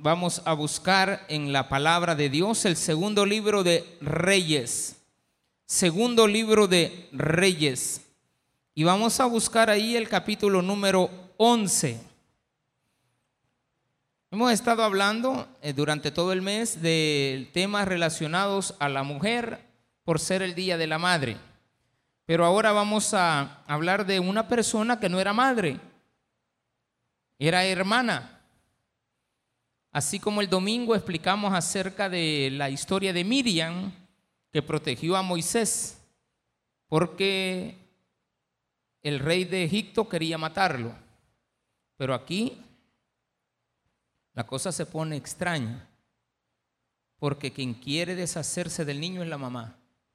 vamos a buscar en la palabra de Dios el segundo libro de Reyes. Segundo libro de Reyes. Y vamos a buscar ahí el capítulo número 11. Hemos estado hablando durante todo el mes de temas relacionados a la mujer por ser el Día de la Madre. Pero ahora vamos a hablar de una persona que no era madre, era hermana. Así como el domingo explicamos acerca de la historia de Miriam, que protegió a Moisés, porque el rey de Egipto quería matarlo. Pero aquí la cosa se pone extraña, porque quien quiere deshacerse del niño es la mamá.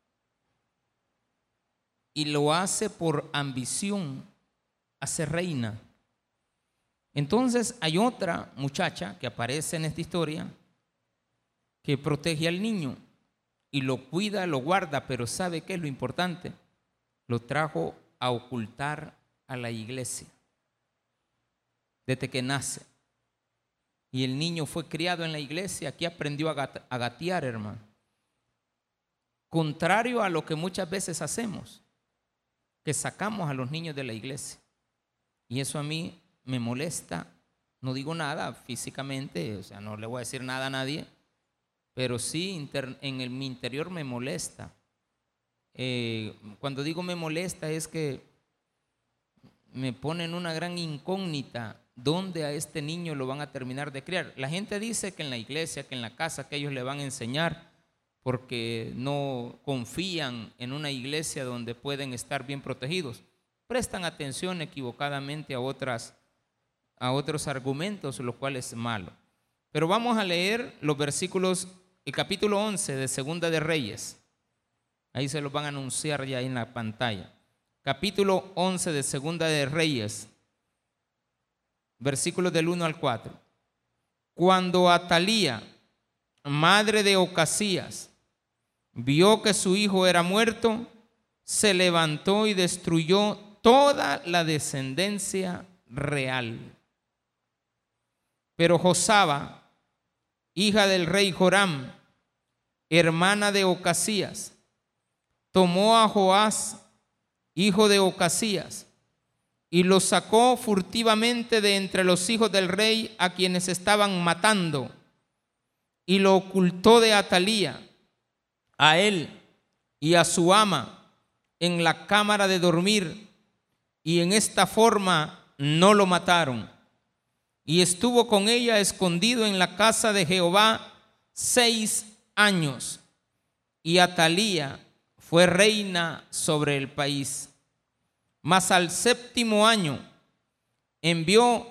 Y lo hace por ambición a ser reina. Entonces hay otra muchacha que aparece en esta historia que protege al niño y lo cuida, lo guarda, pero ¿sabe qué es lo importante? Lo trajo a ocultar a la iglesia desde que nace. Y el niño fue criado en la iglesia, aquí aprendió a gatear, hermano. Contrario a lo que muchas veces hacemos, que sacamos a los niños de la iglesia. Y eso a mí me molesta. No digo nada físicamente, o sea, no le voy a decir nada a nadie, pero sí en mi interior me molesta. Cuando digo me molesta es que me ponen una gran incógnita. ¿Dónde a este niño lo van a terminar de criar? La gente dice que en la iglesia, que en la casa, que ellos le van a enseñar, porque no confían en una iglesia donde pueden estar bien protegidos. Prestan atención equivocadamente a otros argumentos, lo cual es malo. Pero vamos a leer los versículos, el capítulo 11 de Segunda de Reyes. Ahí se los van a anunciar ya en la pantalla. Capítulo 11 de Segunda de Reyes, versículos del 1 al 4. Cuando Atalía, madre de Ocasías, vio que su hijo era muerto, se levantó y destruyó toda la descendencia real. Pero Josaba, hija del rey Joram, hermana de Ocasías, tomó a Joás, hijo de Ocasías, y lo sacó furtivamente de entre los hijos del rey a quienes estaban matando, y lo ocultó de Atalía, a él y a su ama, en la cámara de dormir, y en esta forma no lo mataron. Y estuvo con ella escondido en la casa de Jehová 6 años, y Atalía fue reina sobre el país. Mas al 7º año envió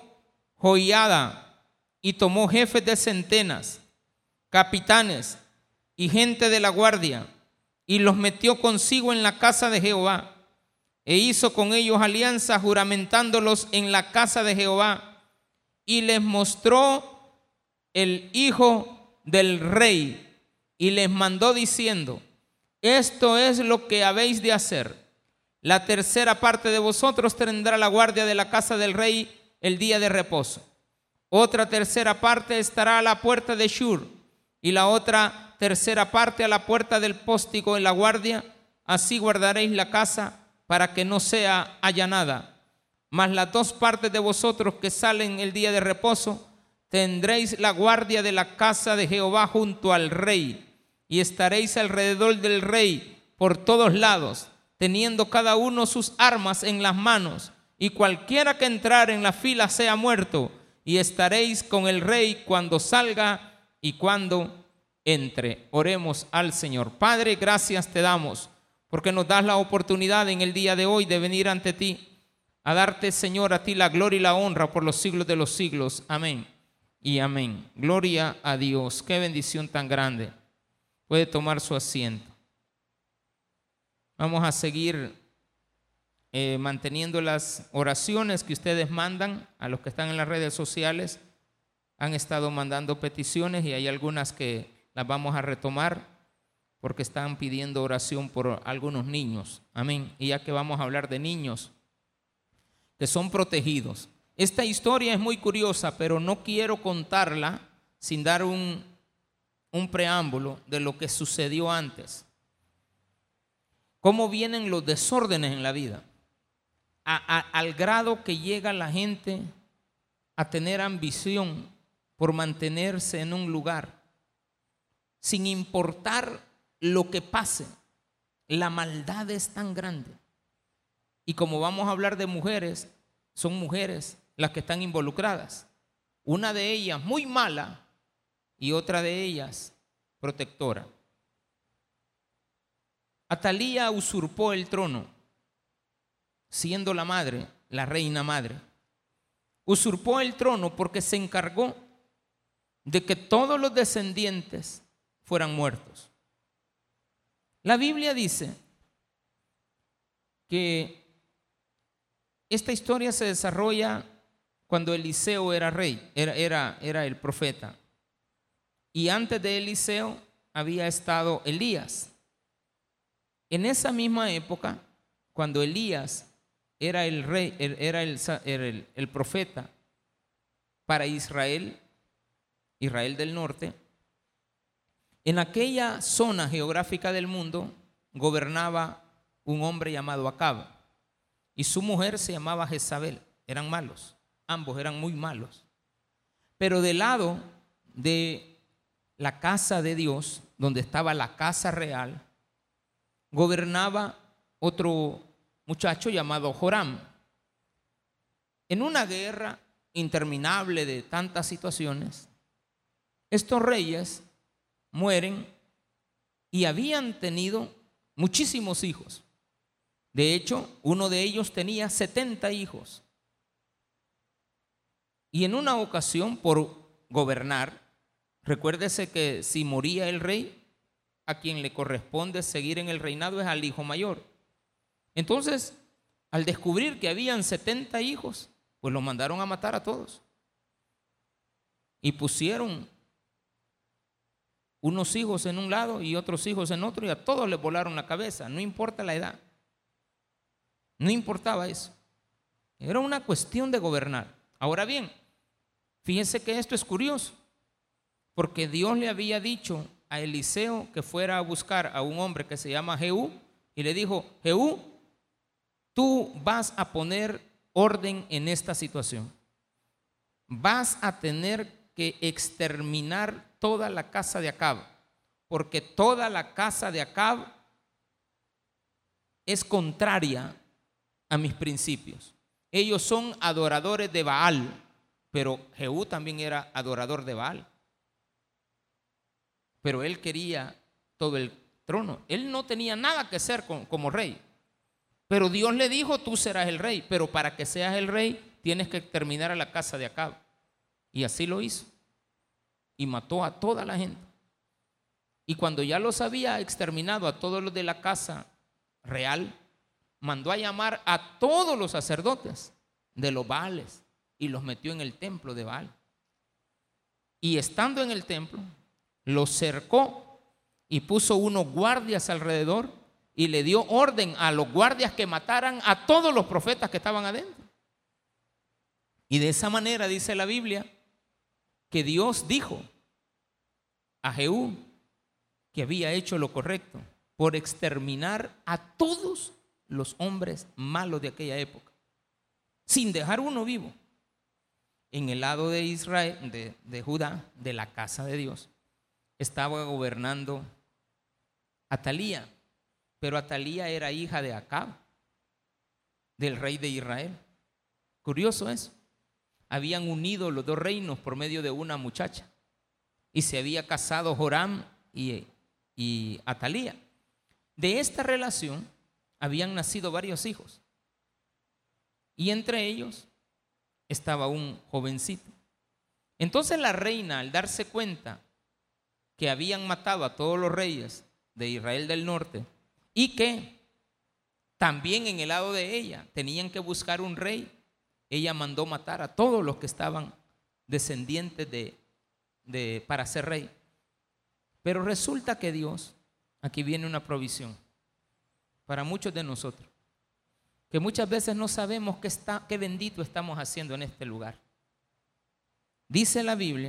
Joiada y tomó jefes de centenas, capitanes y gente de la guardia, y los metió consigo en la casa de Jehová, e hizo con ellos alianza, juramentándolos en la casa de Jehová, y les mostró el hijo del rey, y les mandó diciendo: esto es lo que habéis de hacer. La tercera parte de vosotros tendrá la guardia de la casa del rey el día de reposo. Otra tercera parte estará a la puerta de Shur, y la otra tercera parte a la puerta del póstigo en la guardia. Así guardaréis la casa para que no sea allanada. Mas las 2 partes de vosotros que salen el día de reposo tendréis la guardia de la casa de Jehová junto al rey, y estaréis alrededor del rey por todos lados, teniendo cada uno sus armas en las manos, y cualquiera que entrar en la fila sea muerto, y estaréis con el rey cuando salga y cuando entre. Oremos al Señor. Padre, gracias te damos porque nos das la oportunidad en el día de hoy de venir ante ti, a darte, Señor, a ti la gloria y la honra por los siglos de los siglos. Amén y amén. Gloria a Dios. Qué bendición tan grande. Puede tomar su asiento. Vamos a seguir manteniendo las oraciones que ustedes mandan. A los que están en las redes sociales han estado mandando peticiones, y hay algunas que las vamos a retomar porque están pidiendo oración por algunos niños. Amén. Y ya que vamos a hablar de niños que son protegidos. Esta historia es muy curiosa, pero no quiero contarla sin dar un preámbulo de lo que sucedió antes. Cómo vienen los desórdenes en la vida, al grado que llega la gente a tener ambición por mantenerse en un lugar, sin importar lo que pase. La maldad es tan grande. Y como vamos a hablar de mujeres, son mujeres las que están involucradas. Una de ellas muy mala y otra de ellas protectora. Atalía usurpó el trono, siendo la madre, la reina madre. Usurpó el trono porque se encargó de que todos los descendientes fueran muertos. La Biblia dice que esta historia se desarrolla cuando Eliseo era rey, era el profeta. Y antes de Eliseo había estado Elías. En esa misma época, cuando Elías era el rey, era el profeta para Israel del norte, en aquella zona geográfica del mundo gobernaba un hombre llamado Acab y su mujer se llamaba Jezabel. Eran malos, ambos eran muy malos. Pero del lado de la casa de Dios, donde estaba la casa real, gobernaba otro muchacho llamado Joram. En una guerra interminable de tantas situaciones, estos reyes mueren y habían tenido muchísimos hijos. De hecho, uno de ellos tenía 70 hijos. Y en una ocasión, por gobernar, recuérdese que si moría el rey, a quien le corresponde seguir en el reinado es al hijo mayor. Entonces, al descubrir que habían 70 hijos, pues los mandaron a matar a todos. Y pusieron unos hijos en un lado y otros hijos en otro, y a todos les volaron la cabeza, no importa la edad. No importaba eso. Era una cuestión de gobernar. Ahora bien, fíjense que esto es curioso, porque Dios le había dicho a Eliseo que fuera a buscar a un hombre que se llama Jehú, y le dijo: Jehú, tú vas a poner orden en esta situación. Vas a tener que exterminar toda la casa de Acab, porque toda la casa de Acab es contraria a mis principios. Ellos son adoradores de Baal, pero Jehú también era adorador de Baal. Pero él quería todo el trono. Él no tenía nada que hacer como rey. Pero Dios le dijo: tú serás el rey, pero para que seas el rey tienes que exterminar a la casa de Acab. Y así lo hizo. Y mató a toda la gente. Y cuando ya los había exterminado a todos los de la casa real, mandó a llamar a todos los sacerdotes de los Baales y los metió en el templo de Baal. Y estando en el templo, los cercó y puso unos guardias alrededor y le dio orden a los guardias que mataran a todos los profetas que estaban adentro. Y de esa manera dice la Biblia que Dios dijo a Jehú que había hecho lo correcto por exterminar a todos los hombres malos de aquella época, sin dejar uno vivo. En el lado de Israel, de Judá, de la casa de Dios, estaba gobernando Atalía, pero Atalía era hija de Acab, del rey de Israel. Curioso eso. Habían unido los dos reinos por medio de una muchacha y se había casado Joram y Atalía. De esta relación habían nacido varios hijos y entre ellos estaba un jovencito. Entonces la reina, al darse cuenta que habían matado a todos los reyes de Israel del norte y que también en el lado de ella tenían que buscar un rey, ella mandó matar a todos los que estaban descendientes para ser rey. Pero resulta que Dios, aquí viene una provisión para muchos de nosotros, que muchas veces no sabemos qué bendito estamos haciendo en este lugar. Dice la Biblia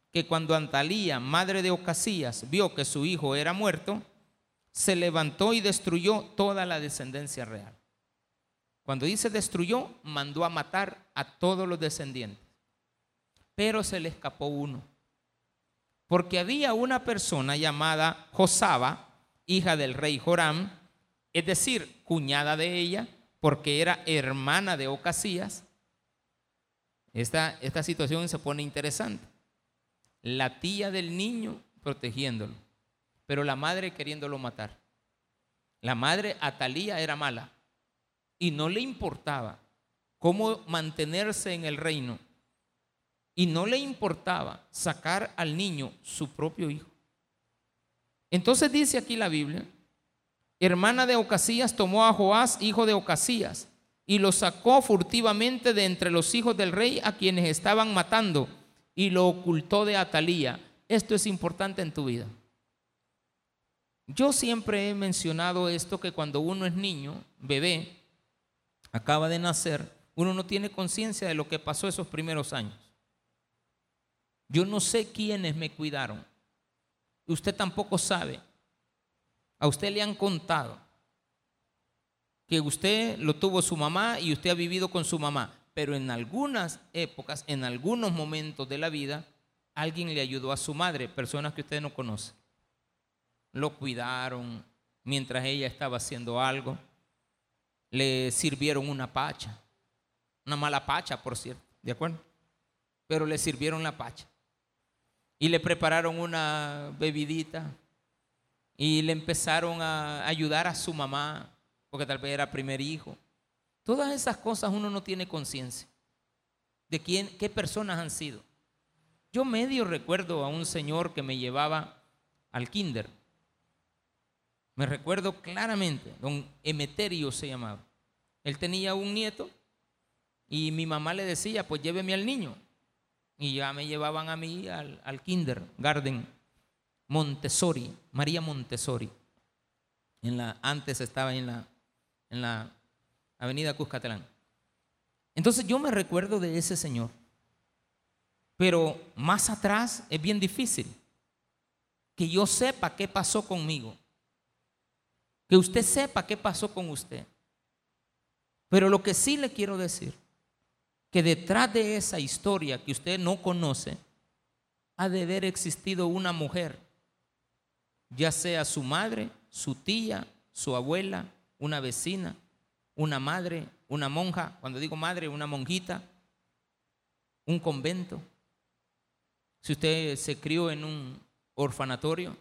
que cuando Atalía, madre de Ocasías, vio que su hijo era muerto, se levantó y destruyó toda la descendencia real. Cuando dice destruyó, mandó a matar a todos los descendientes. Pero se le escapó uno. Porque había una persona llamada Josaba, hija del rey Joram, es decir, cuñada de ella, porque era hermana de Ocasías. Esta situación se pone interesante. La tía del niño protegiéndolo, pero la madre queriéndolo matar. La madre Atalía era mala y no le importaba cómo mantenerse en el reino, y no le importaba sacar al niño, su propio hijo. Entonces dice aquí la Biblia, hermana de Ocasías tomó a Joás, hijo de Ocasías, y lo sacó furtivamente de entre los hijos del rey a quienes estaban matando, y lo ocultó de Atalía. Esto es importante en tu vida. Yo siempre he mencionado esto, que cuando uno es niño, bebé, acaba de nacer, uno no tiene conciencia de lo que pasó esos primeros años. Yo no sé quiénes me cuidaron. Usted tampoco sabe. A usted le han contado que usted lo tuvo su mamá y usted ha vivido con su mamá, pero en algunas épocas, en algunos momentos de la vida, alguien le ayudó a su madre, personas que usted no conoce. Lo cuidaron mientras ella estaba haciendo algo. Le sirvieron una pacha, una mala pacha, por cierto, ¿de acuerdo? Pero le sirvieron la pacha. Y le prepararon una bebidita y le empezaron a ayudar a su mamá, porque tal vez era primer hijo. Todas esas cosas uno no tiene conciencia de qué personas han sido. Yo medio recuerdo a un señor que me llevaba al kinder. Me recuerdo claramente, don Emeterio se llamaba. Él tenía un nieto y mi mamá le decía, pues lléveme al niño. Y ya me llevaban a mí al kindergarten Montessori, María Montessori. Antes estaba en la avenida Cuscatlán. Entonces yo me recuerdo de ese señor. Pero más atrás es bien difícil que yo sepa qué pasó conmigo, que usted sepa qué pasó con usted. Pero lo que sí le quiero decir, que detrás de esa historia que usted no conoce, ha de haber existido una mujer, ya sea su madre, su tía, su abuela, una vecina, una madre, una monja. Cuando digo madre, una monjita, un convento. Si usted se crió en un orfanatorio,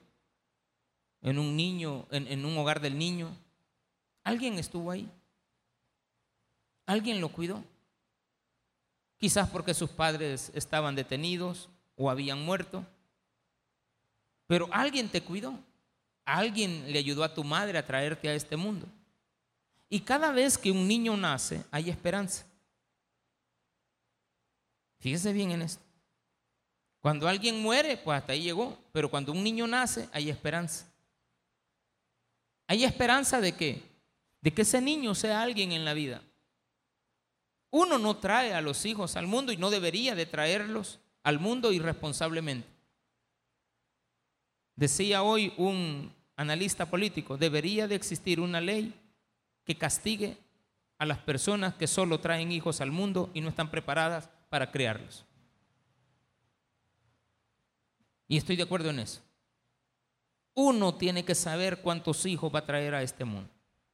en un niño, en un hogar del niño, alguien estuvo ahí, alguien lo cuidó. Quizás porque sus padres estaban detenidos o habían muerto, pero alguien te cuidó, alguien le ayudó a tu madre a traerte a este mundo. Y cada vez que un niño nace, hay esperanza. Fíjese bien en esto. Cuando alguien muere, pues hasta ahí llegó, pero cuando un niño nace, hay esperanza. ¿Hay esperanza de qué? De que ese niño sea alguien en la vida. Uno no trae a los hijos al mundo y no debería de traerlos al mundo irresponsablemente. Decía hoy un analista político, debería de existir una ley que castigue a las personas que solo traen hijos al mundo y no están preparadas para criarlos. Y estoy de acuerdo en eso. Uno tiene que saber cuántos hijos va a traer a este mundo.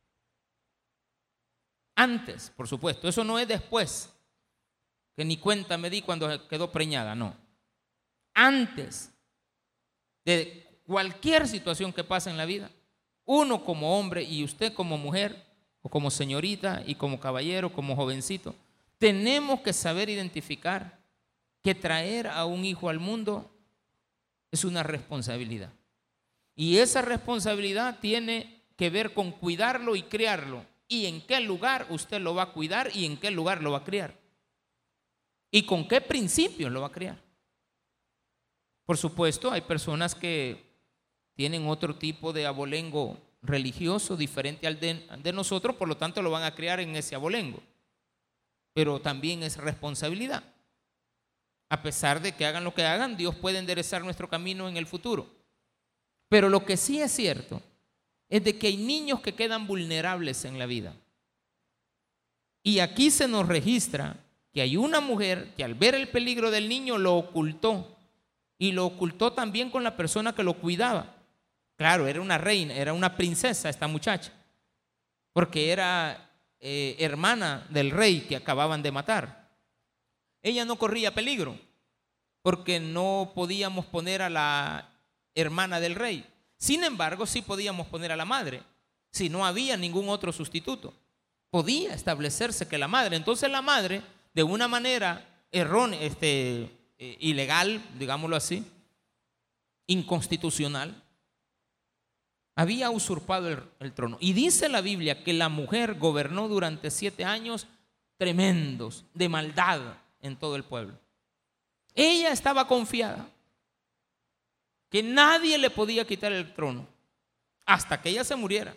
Antes, por supuesto, eso no es después, que ni cuenta me di cuando quedó preñada, no. Antes de cualquier situación que pase en la vida, uno como hombre y usted como mujer, o como señorita y como caballero, como jovencito, tenemos que saber identificar que traer a un hijo al mundo es una responsabilidad. Y esa responsabilidad tiene que ver con cuidarlo y criarlo. Y en qué lugar usted lo va a cuidar y en qué lugar lo va a criar. Y con qué principios lo va a criar. Por supuesto, hay personas que tienen otro tipo de abolengo religioso diferente al de nosotros, por lo tanto lo van a criar en ese abolengo. Pero también es responsabilidad. A pesar de que hagan lo que hagan, Dios puede enderezar nuestro camino en el futuro. Pero lo que sí es cierto es de que hay niños que quedan vulnerables en la vida. Y aquí se nos registra que hay una mujer que al ver el peligro del niño lo ocultó. Y lo ocultó también con la persona que lo cuidaba. Claro, era una reina, era una princesa esta muchacha, porque era hermana del rey que acababan de matar. Ella no corría peligro, porque no podíamos poner a la hermana del rey. Sin embargo, sí podíamos poner a la madre, si no había ningún otro sustituto. Podía establecerse que la madre, entonces la madre, de una manera errónea, ilegal, digámoslo así, inconstitucional, había usurpado el trono. Y dice la Biblia que la mujer gobernó durante 7 años tremendos de maldad en todo el pueblo. Ella estaba confiada que nadie le podía quitar el trono hasta que ella se muriera.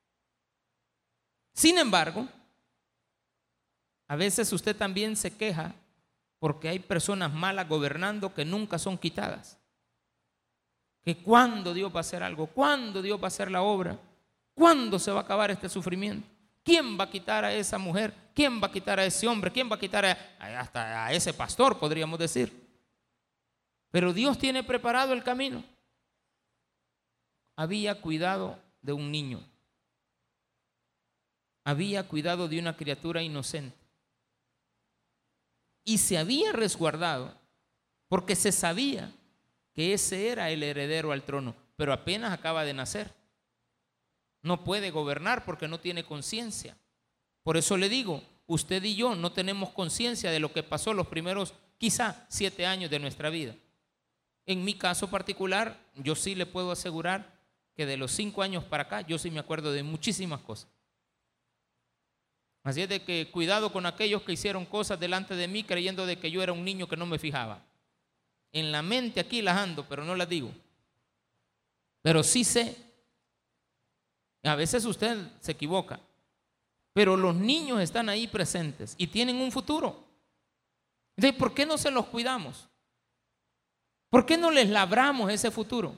Sin embargo, a veces usted también se queja porque hay personas malas gobernando que nunca son quitadas. Que cuándo Dios va a hacer algo, cuándo Dios va a hacer la obra, cuándo se va a acabar este sufrimiento. ¿Quién va a quitar a esa mujer? ¿Quién va a quitar a ese hombre? ¿Quién va a quitar hasta a ese pastor, podríamos decir? Pero Dios tiene preparado el camino. Había cuidado de un niño. Había cuidado de una criatura inocente. Y se había resguardado porque se sabía que ese era el heredero al trono, pero apenas acaba de nacer. No puede gobernar porque no tiene conciencia. Por eso le digo, usted y yo no tenemos conciencia de lo que pasó los primeros quizá 7 años de nuestra vida. En mi caso particular, yo sí le puedo asegurar que de los 5 años para acá, yo sí me acuerdo de muchísimas cosas. Así es de que cuidado con aquellos que hicieron cosas delante de mí creyendo de que yo era un niño que no me fijaba. En la mente aquí las ando, pero no las digo. Pero sí sé. A veces usted se equivoca, pero los niños están ahí presentes y tienen un futuro. Entonces, ¿por qué no se los cuidamos? ¿Por qué no les labramos ese futuro?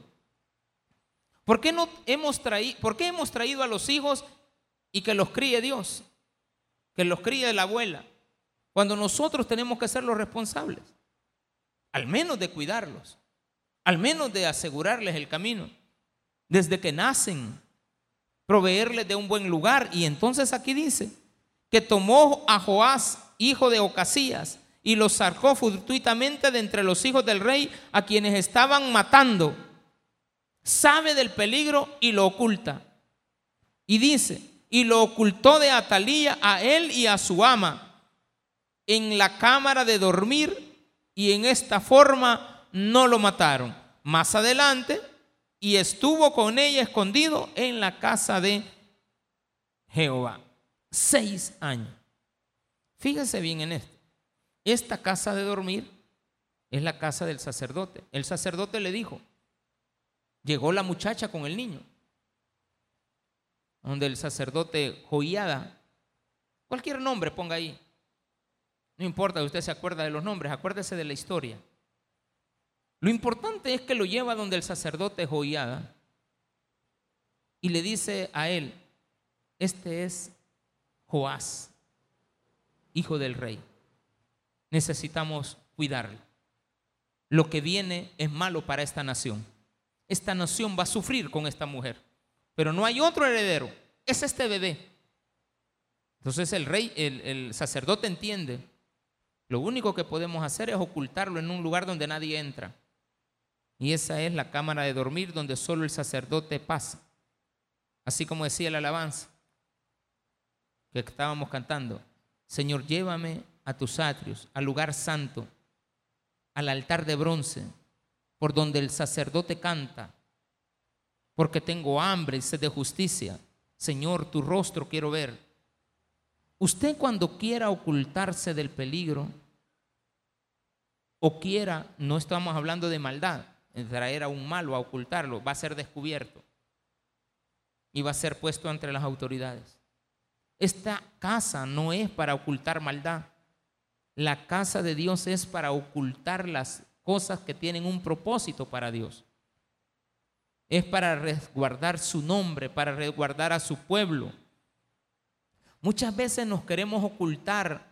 ¿Por qué hemos traído a los hijos y que los críe Dios? Que los críe la abuela, cuando nosotros tenemos que ser los responsables, al menos de cuidarlos, al menos de asegurarles el camino, desde que nacen, proveerles de un buen lugar. Y entonces aquí dice que tomó a Joás, hijo de Ocasías, y los sacó fortuitamente de entre los hijos del rey a quienes estaban matando. Sabe del peligro y lo oculta. Y dice, y lo ocultó de Atalía a él y a su ama en la cámara de dormir, y en esta forma no lo mataron. Más adelante, y estuvo con ella escondido en la casa de Jehová 6 años. Fíjese bien en esto. Esta casa de dormir es la casa del sacerdote. El sacerdote le dijo, llegó la muchacha con el niño, donde el sacerdote Joiada, cualquier nombre ponga ahí, no importa, usted se acuerda de los nombres, acuérdese de la historia. Lo importante es que lo lleva donde el sacerdote Joiada y le dice a él, este es Joás, hijo del rey, necesitamos cuidarlo. Lo que viene es malo para esta nación. Esta nación va a sufrir con esta mujer, pero no hay otro heredero, es este bebé. Entonces el rey, el sacerdote entiende, lo único que podemos hacer es ocultarlo en un lugar donde nadie entra. Y esa es la cámara de dormir donde solo el sacerdote pasa. Así como decía la alabanza que estábamos cantando, Señor, llévame a tus atrios, al lugar santo, al altar de bronce, por donde el sacerdote canta, porque tengo hambre y sed de justicia. Señor, tu rostro quiero ver. Usted cuando quiera ocultarse del peligro o quiera, no estamos hablando de maldad, en traer a un malo a ocultarlo, va a ser descubierto y va a ser puesto entre las autoridades. Esta casa no es para ocultar maldad. La casa de Dios es para ocultar las cosas que tienen un propósito para Dios. Es para resguardar su nombre, para resguardar a su pueblo. Muchas veces nos queremos ocultar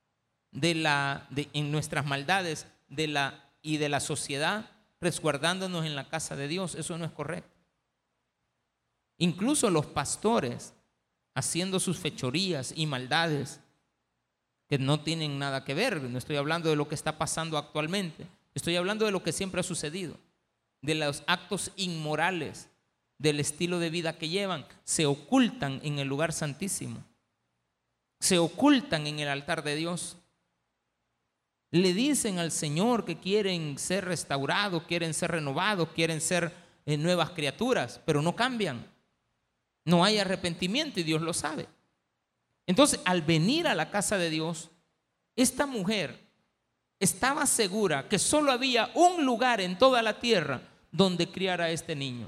en nuestras maldades y de la sociedad, resguardándonos en la casa de Dios. Eso no es correcto. Incluso los pastores haciendo sus fechorías y maldades que no tienen nada que ver. No estoy hablando de lo que está pasando actualmente. Estoy hablando de lo que siempre ha sucedido, de los actos inmorales, del estilo de vida que llevan. Se ocultan en el lugar santísimo, se ocultan en el altar de Dios. Le dicen al Señor que quieren ser restaurados, quieren ser renovados, quieren ser nuevas criaturas, pero no cambian. No hay arrepentimiento y Dios lo sabe. Entonces, al venir a la casa de Dios, esta mujer estaba segura que solo había un lugar en toda la tierra donde criar a este niño.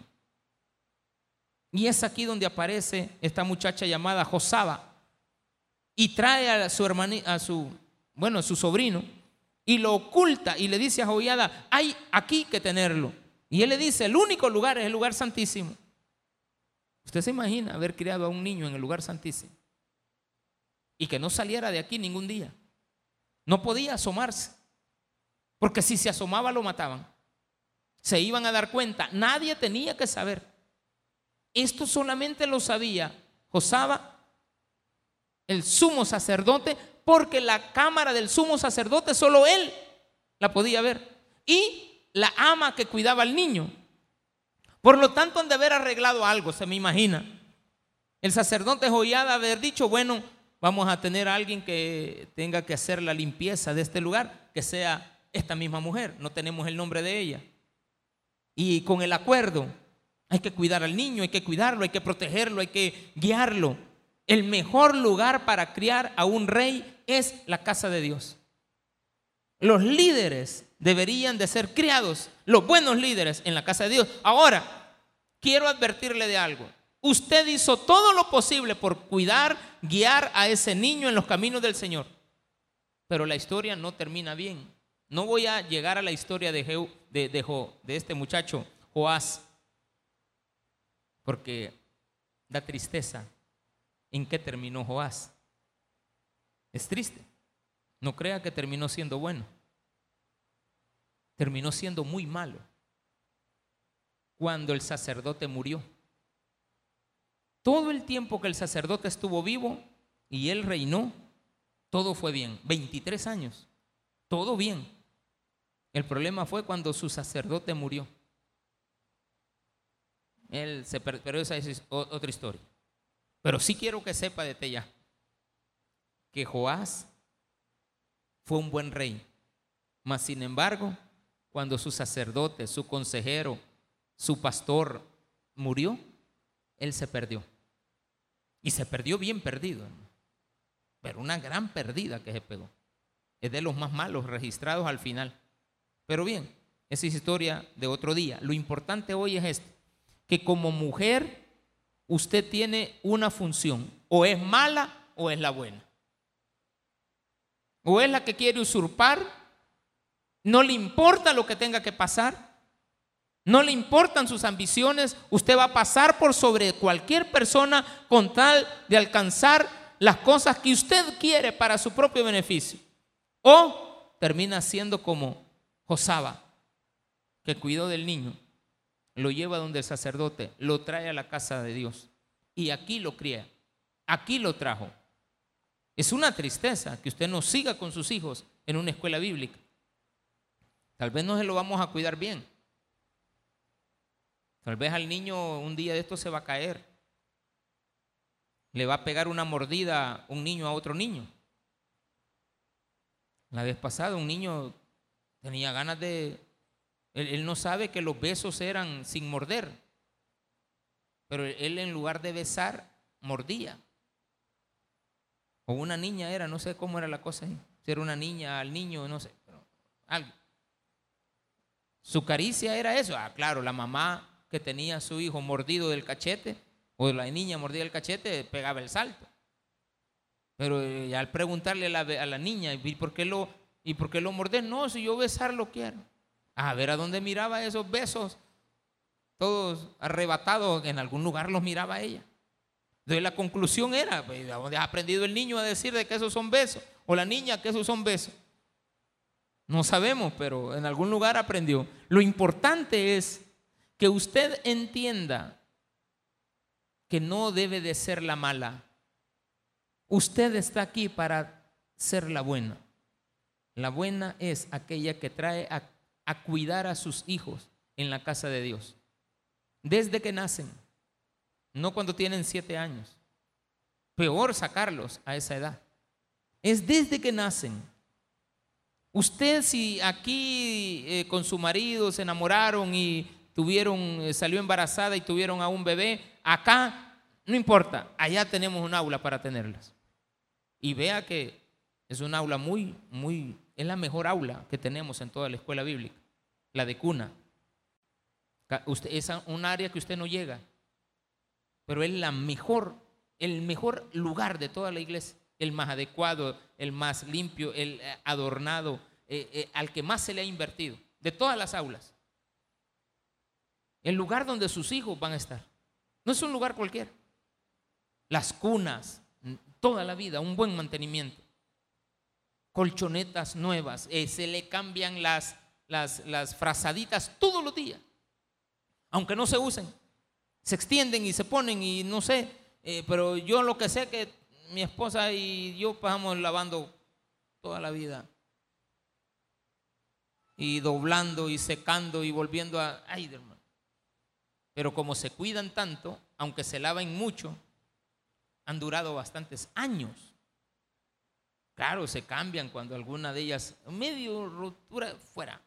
Y es aquí donde aparece esta muchacha llamada Josaba y trae a su sobrino y lo oculta y le dice a Joiada: hay aquí que tenerlo. Y él le dice: el único lugar es el lugar santísimo. ¿Usted se imagina haber criado a un niño en el lugar santísimo y que no saliera de aquí ningún día? No podía asomarse, porque si se asomaba lo mataban. Se iban a dar cuenta. Nadie tenía que saber. Esto solamente lo sabía Josaba, el sumo sacerdote, porque la cámara del sumo sacerdote solo él la podía ver, y la ama que cuidaba al niño. Por lo tanto, han de haber arreglado algo, se me imagina. El sacerdote Joiada haber dicho: bueno, vamos a tener a alguien que tenga que hacer la limpieza de este lugar, que sea esta misma mujer. No tenemos el nombre de ella. Y con el acuerdo, hay que cuidar al niño, hay que cuidarlo, hay que protegerlo, hay que guiarlo. El mejor lugar para criar a un rey es la casa de Dios. Los líderes deberían de ser criados, los buenos líderes, en la casa de Dios. Ahora, quiero advertirle de algo. Usted hizo todo lo posible por cuidar, guiar a ese niño en los caminos del Señor, pero la historia no termina bien. No voy a llegar a la historia de este muchacho Joás, porque da tristeza en qué terminó Joás. Es triste. No crea que terminó siendo bueno. Terminó siendo muy malo cuando el sacerdote murió. Todo el tiempo que el sacerdote estuvo vivo y él reinó, todo fue bien. 23 años, todo bien. El problema fue cuando su sacerdote murió. Pero esa es otra historia. Pero sí quiero que sepa desde ya que Joás fue un buen rey, mas sin embargo, cuando su sacerdote, su consejero, su pastor murió, él se perdió. Y se perdió bien perdido, pero una gran perdida que se pegó. Es de los más malos registrados al final. Pero bien, esa es historia de otro día. Lo importante hoy es esto: que como mujer usted tiene una función, o es mala o es la buena. O es la que quiere usurpar, no le importa lo que tenga que pasar, no le importan sus ambiciones, usted va a pasar por sobre cualquier persona con tal de alcanzar las cosas que usted quiere para su propio beneficio. O termina siendo como Josaba, que cuidó del niño, lo lleva donde el sacerdote, lo trae a la casa de Dios y aquí lo cría, aquí lo trajo. Es una tristeza que usted no siga con sus hijos en una escuela bíblica. Tal vez no se lo vamos a cuidar bien. Tal vez al niño un día de esto se va a caer. Le va a pegar una mordida un niño a otro niño. La vez pasada un niño tenía ganas de... Él no sabe que los besos eran sin morder, pero él en lugar de besar, mordía. O una niña era, no sé cómo era la cosa ahí. Si era una niña al niño, no sé, pero algo. Su caricia era eso. Ah, claro, la mamá que tenía a su hijo mordido del cachete, o la niña mordida del cachete, pegaba el salto. Pero ya al preguntarle a la niña, ¿y por qué lo mordés? No, si yo besarlo quiero. A ver a dónde miraba esos besos, todos arrebatados, en algún lugar los miraba ella. Entonces la conclusión era, ¿de dónde ha aprendido el niño a decir de que esos son besos? O la niña que esos son besos. No sabemos, pero en algún lugar aprendió. Lo importante es que usted entienda que no debe de ser la mala. Usted está aquí para ser la buena. La buena es aquella que trae a cuidar a sus hijos en la casa de Dios. Desde que nacen, no cuando tienen 7 años. Peor sacarlos a esa edad. Es desde que nacen. Usted, si aquí con su marido se enamoraron y salió embarazada y tuvieron a un bebé, acá no importa, allá tenemos un aula para tenerlas. Y vea que es un aula es la mejor aula que tenemos en toda la escuela bíblica, la de cuna. Es un área que usted no llega, pero es el mejor lugar de toda la iglesia, el más adecuado, el más limpio, el adornado, al que más se le ha invertido, de todas las aulas. El lugar donde sus hijos van a estar. No es un lugar cualquiera. Las cunas, toda la vida, un buen mantenimiento. Colchonetas nuevas, se le cambian las frazaditas todos los días. Aunque no se usen, se extienden y se ponen y no sé, pero yo lo que sé que mi esposa y yo pasamos lavando toda la vida y doblando y secando y volviendo ay, hermano. Pero como se cuidan tanto, aunque se lavan mucho, han durado bastantes años. Claro, se cambian cuando alguna de ellas medio rotura fuera.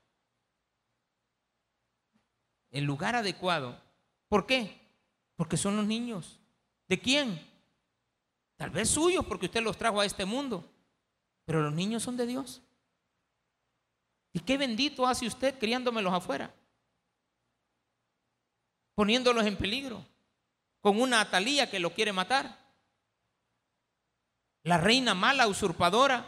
El lugar adecuado. ¿Por qué? Porque son los niños. ¿De quién? Tal vez suyos, porque usted los trajo a este mundo. Pero los niños son de Dios. ¿Y qué bendito hace usted criándomelos afuera? Poniéndolos en peligro. Con una Atalía que lo quiere matar. La reina mala, usurpadora,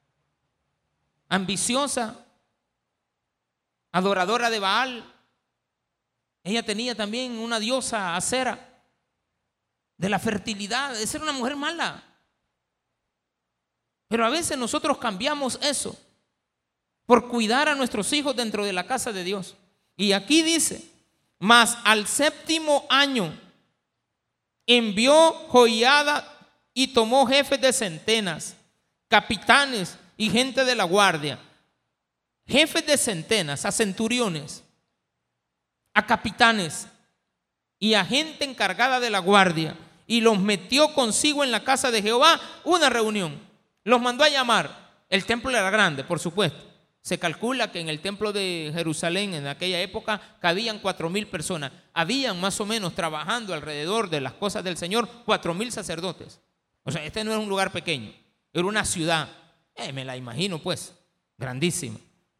ambiciosa, adoradora de Baal. Ella tenía también una diosa Acera de la fertilidad. Esa era una mujer mala. Pero a veces nosotros cambiamos eso por cuidar a nuestros hijos dentro de la casa de Dios. Y aquí dice, mas al 7º año envió Joiada y tomó jefes de centenas, capitanes y gente de la guardia, jefes de centenas, a centuriones, a capitanes y a gente encargada de la guardia, y los metió consigo en la casa de Jehová, una reunión. Los mandó a llamar. El templo era grande, por supuesto. Se calcula que en el templo de Jerusalén en aquella época cabían 4,000 personas. Habían más o menos trabajando alrededor de las cosas del Señor 4,000 sacerdotes. O sea, este no era un lugar pequeño, era una ciudad, me la imagino pues, grandísima.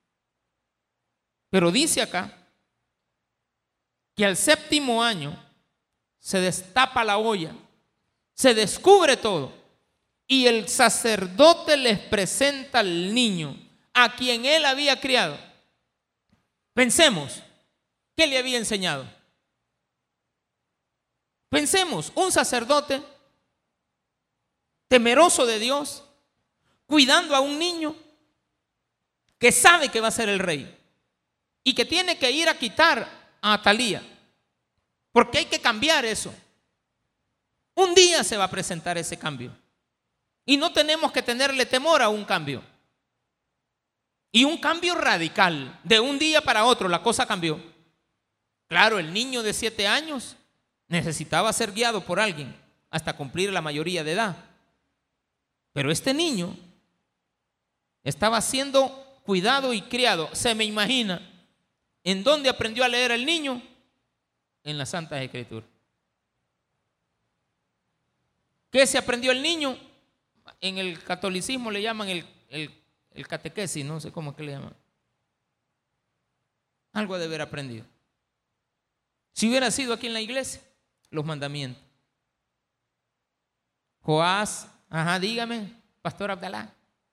Pero dice acá que al 7º año se destapa la olla, se descubre todo y el sacerdote les presenta al niño a quien él había criado. Pensemos, ¿qué le había enseñado? Pensemos, un sacerdote temeroso de Dios, cuidando a un niño que sabe que va a ser el rey y que tiene que ir a quitar a Atalía, porque hay que cambiar eso. Un día se va a presentar ese cambio y no tenemos que tenerle temor a un cambio. Y un cambio radical, de un día para otro la cosa cambió. Claro, el niño de 7 años necesitaba ser guiado por alguien hasta cumplir la mayoría de edad. Pero este niño estaba siendo cuidado y criado. Se me imagina. ¿En dónde aprendió a leer el niño? En las Santas Escrituras. ¿Qué se aprendió el niño? En el catolicismo le llaman el catequesis, no sé cómo es que le llaman. Algo de haber aprendido. Si hubiera sido aquí en la iglesia, los mandamientos. Joás Ajá, dígame, Pastor Abdalá.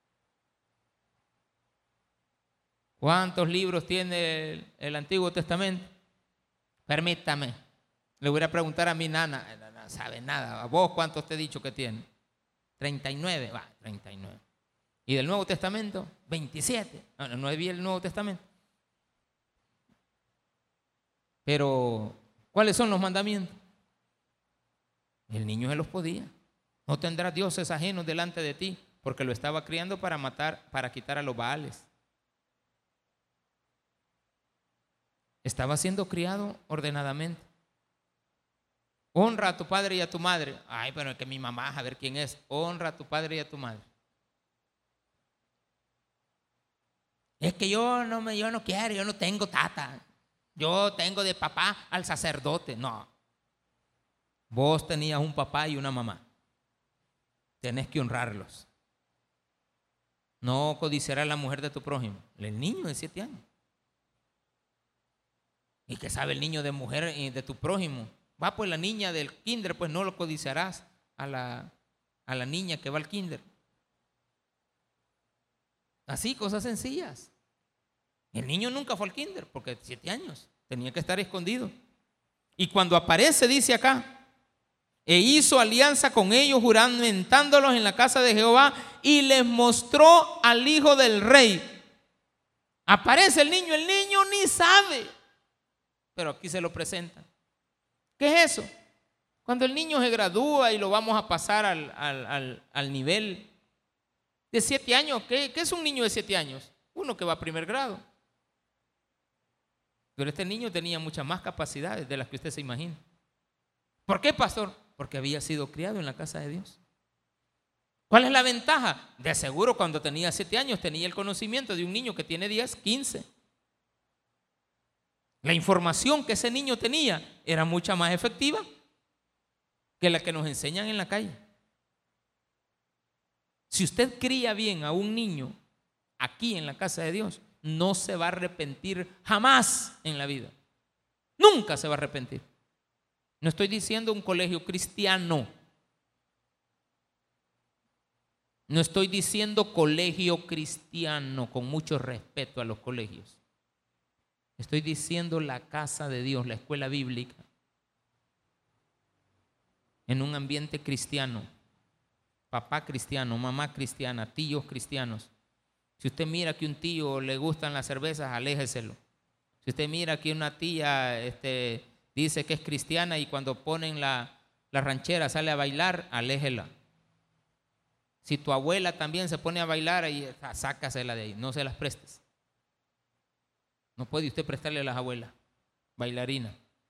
¿Cuántos libros tiene el Antiguo Testamento? Permítame. Le voy a preguntar a mi nana. No sabe nada. ¿A vos cuántos te he dicho que tiene? 39. Va, 39. ¿Y del Nuevo Testamento? 27. No vi el Nuevo Testamento. Pero, ¿cuáles son los mandamientos? El niño se los podía. No tendrás dioses ajenos delante de ti, porque lo estaba criando para matar, para quitar a los Baales. Estaba siendo criado ordenadamente. Honra a tu padre y a tu madre. Ay, pero es que mi mamá, a ver quién es. Honra a tu padre y a tu madre. Es que yo no quiero, yo no tengo tata. Yo tengo de papá al sacerdote. No. Vos tenías un papá y una mamá. Tenés que honrarlos. No codiciarás a la mujer de tu prójimo. El niño de 7 años. ¿Y qué sabe el niño de mujer y de tu prójimo? Va, pues la niña del kinder, pues no lo codiciarás a la niña que va al kinder. Así, cosas sencillas. El niño nunca fue al kinder porque 7 años. Tenía que estar escondido. Y cuando aparece, dice acá, e hizo alianza con ellos, juramentándolos en la casa de Jehová, y les mostró al hijo del rey. Aparece el niño ni sabe. Pero aquí se lo presentan. ¿Qué es eso? Cuando el niño se gradúa y lo vamos a pasar al nivel de 7 años. ¿Qué es un niño de 7 años? Uno que va a primer grado. Pero este niño tenía muchas más capacidades de las que usted se imagina. ¿Por qué, pastor? Porque había sido criado en la casa de Dios. ¿Cuál es la ventaja? De seguro cuando tenía 7 años tenía el conocimiento de un niño que tiene 10, 15. La información que ese niño tenía era mucha más efectiva que la que nos enseñan en la calle. Si usted cría bien a un niño aquí en la casa de Dios, no se va a arrepentir jamás en la vida. Nunca se va a arrepentir. No estoy diciendo un colegio cristiano. No estoy diciendo colegio cristiano, con mucho respeto a los colegios. Estoy diciendo la casa de Dios, la escuela bíblica, en un ambiente cristiano. Papá cristiano, mamá cristiana, tíos cristianos. Si usted mira que un tío le gustan las cervezas, aléjeselo. Si usted mira que una tía dice que es cristiana y cuando ponen la ranchera sale a bailar, aléjela. Si tu abuela también se pone a bailar, sácasela de ahí, no se las prestes. No puede usted prestarle a las abuelas bailarina.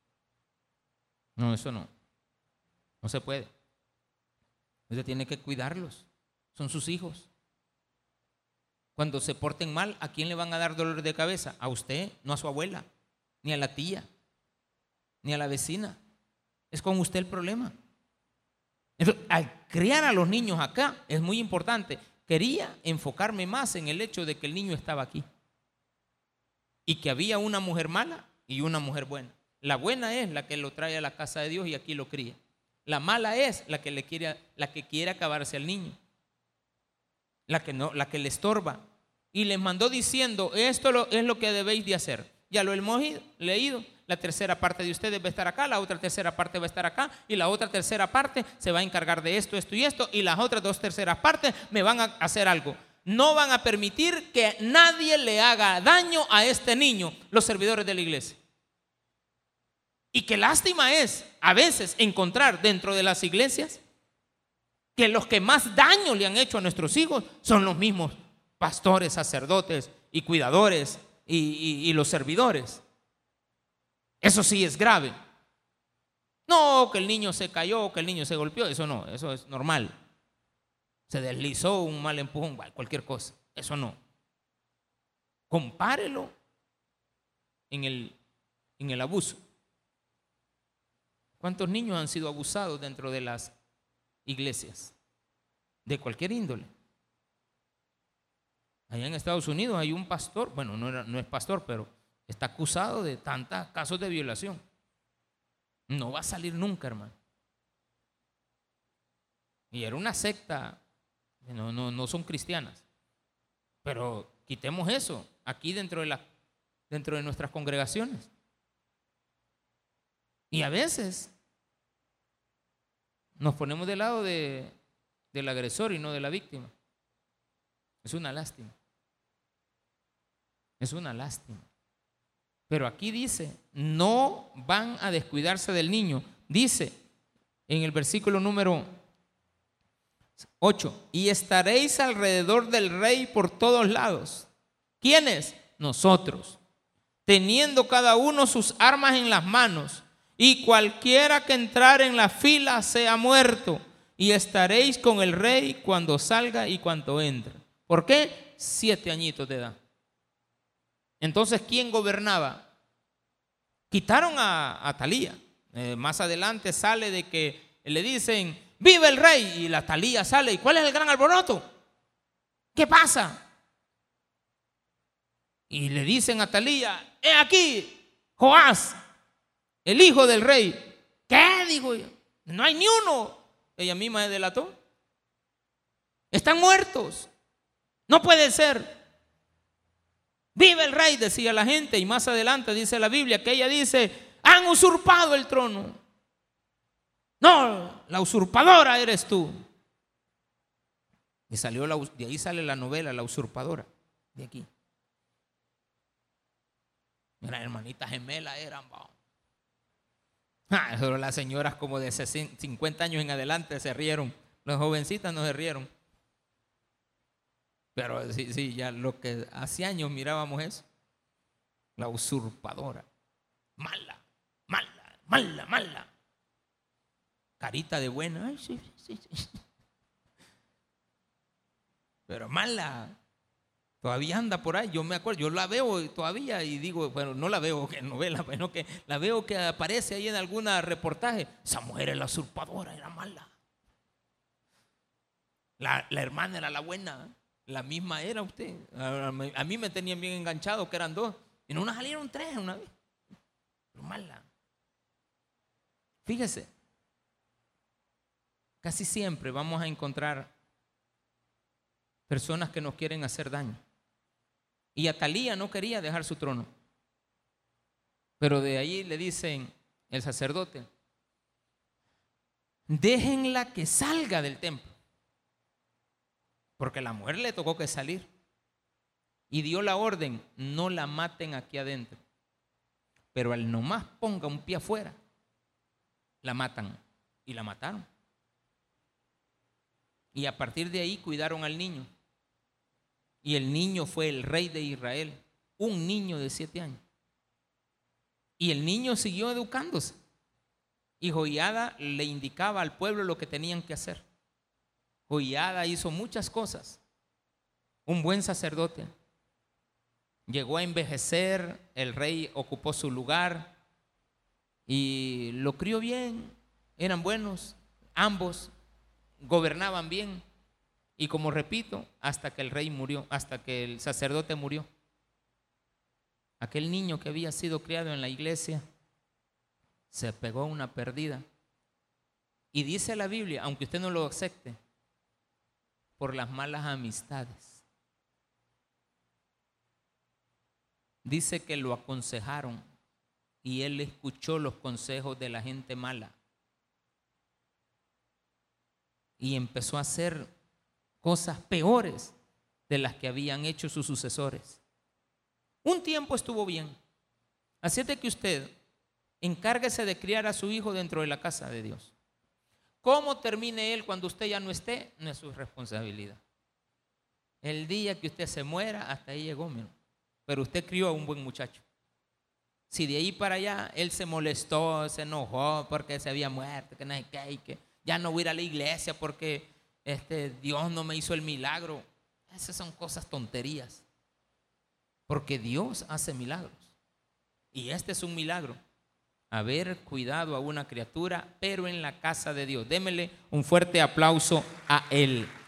No, eso no. No se puede. Usted tiene que cuidarlos. Son sus hijos. Cuando se porten mal, ¿a quién le van a dar dolor de cabeza? A usted, no a su abuela, ni a la tía, ni a la vecina. Es con usted el problema. Entonces, al criar a los niños acá, es muy importante. Quería enfocarme más en el hecho de que el niño estaba aquí. Y que había una mujer mala y una mujer buena. La buena es la que lo trae a la casa de Dios y aquí lo cría. La mala es la que quiere acabarse al niño. La que le estorba. Y les mandó diciendo, esto es lo que debéis de hacer. Ya lo hemos leído. La tercera parte de ustedes va a estar acá, la otra tercera parte va a estar acá, y la otra tercera parte se va a encargar de esto, esto y esto, y las otras 2 terceras partes me van a hacer algo. No van a permitir que nadie le haga daño a este niño, los servidores de la iglesia. Y qué lástima es a veces encontrar dentro de las iglesias que los que más daño le han hecho a nuestros hijos son los mismos pastores, sacerdotes y cuidadores y los servidores. Eso sí es grave. No, que el niño se cayó, que el niño se golpeó, eso no, eso es normal. Se deslizó, un mal empujón, cualquier cosa, eso no. Compárelo en el abuso. ¿Cuántos niños han sido abusados dentro de las iglesias? De cualquier índole. Allá en Estados Unidos hay un pastor, bueno, no es pastor, pero está acusado de tantos casos de violación. No va a salir nunca, hermano. Y era una secta, no son cristianas. Pero quitemos eso aquí dentro de nuestras congregaciones. Y a veces nos ponemos del lado del agresor y no de la víctima. Es una lástima. Es una lástima. Pero aquí dice, no van a descuidarse del niño. Dice en el versículo número 8, y estaréis alrededor del rey por todos lados. ¿Quiénes? Nosotros, teniendo cada uno sus armas en las manos, y cualquiera que entrare en la fila sea muerto, y estaréis con el rey cuando salga y cuando entre. ¿Por qué? 7 añitos de edad. Entonces, ¿quién gobernaba? Quitaron a Atalía. Más adelante sale de que le dicen, ¡viva el rey! Y la Atalía sale. ¿Y cuál es el gran alboroto? ¿Qué pasa? Y le dicen a Atalía, ¡he aquí, Joás, el hijo del rey! ¿Qué? Digo yo. No hay ni uno. Ella misma se delató. Están muertos. No puede ser. ¡Viva el rey!, decía la gente. Y más adelante dice la Biblia que ella dice, han usurpado el trono. No, la usurpadora eres tú. Y de ahí sale la novela, La usurpadora. De aquí. Las hermanitas gemelas eran. Pero las señoras como de 50 años en adelante se rieron. Las jovencitas no se rieron. Pero sí, ya lo que hace años mirábamos eso. La usurpadora. Mala. Carita de buena. Ay, sí. Pero mala. Todavía anda por ahí. Yo me acuerdo, yo la veo todavía y digo, bueno, no la veo en novela, sino que la veo que aparece ahí en alguna reportaje. Esa mujer es la usurpadora, era mala. La hermana era la buena. La misma era usted. A mí me tenían bien enganchado, que eran 2. Y no nos salieron 3 una vez. Pero mala. Fíjese. Casi siempre vamos a encontrar personas que nos quieren hacer daño. Y Atalía no quería dejar su trono. Pero de ahí le dicen el sacerdote, déjenla que salga del templo. Porque a la mujer le tocó que salir. Y dio la orden, no la maten aquí adentro. Pero al nomás ponga un pie afuera, la matan. Y la mataron. Y a partir de ahí cuidaron al niño. Y el niño fue el rey de Israel. Un niño de 7 años. Y el niño siguió educándose. Y Joiada le indicaba al pueblo lo que tenían que hacer. Joiada hizo muchas cosas. Un buen sacerdote. Llegó a envejecer, el rey ocupó su lugar y lo crió bien. Eran buenos, ambos gobernaban bien. Y como repito, hasta que el rey murió, hasta que el sacerdote murió. Aquel niño que había sido criado en la iglesia se pegó a una perdida. Y dice la Biblia, aunque usted no lo acepte, por las malas amistades. Dice que lo aconsejaron y él escuchó los consejos de la gente mala. Y empezó a hacer cosas peores de las que habían hecho sus sucesores. Un tiempo estuvo bien. Así es de que usted encárguese de criar a su hijo dentro de la casa de Dios. ¿Cómo termine él cuando usted ya no esté? No es su responsabilidad. El día que usted se muera, hasta ahí llegó, mío. Pero usted crió a un buen muchacho. Si de ahí para allá él se molestó, se enojó porque se había muerto, que no sé qué, y que ya no voy a ir a la iglesia porque Dios no me hizo el milagro. Esas son cosas tonterías. Porque Dios hace milagros. Y este es un milagro. Haber cuidado a una criatura, pero en la casa de Dios. Démele un fuerte aplauso a él.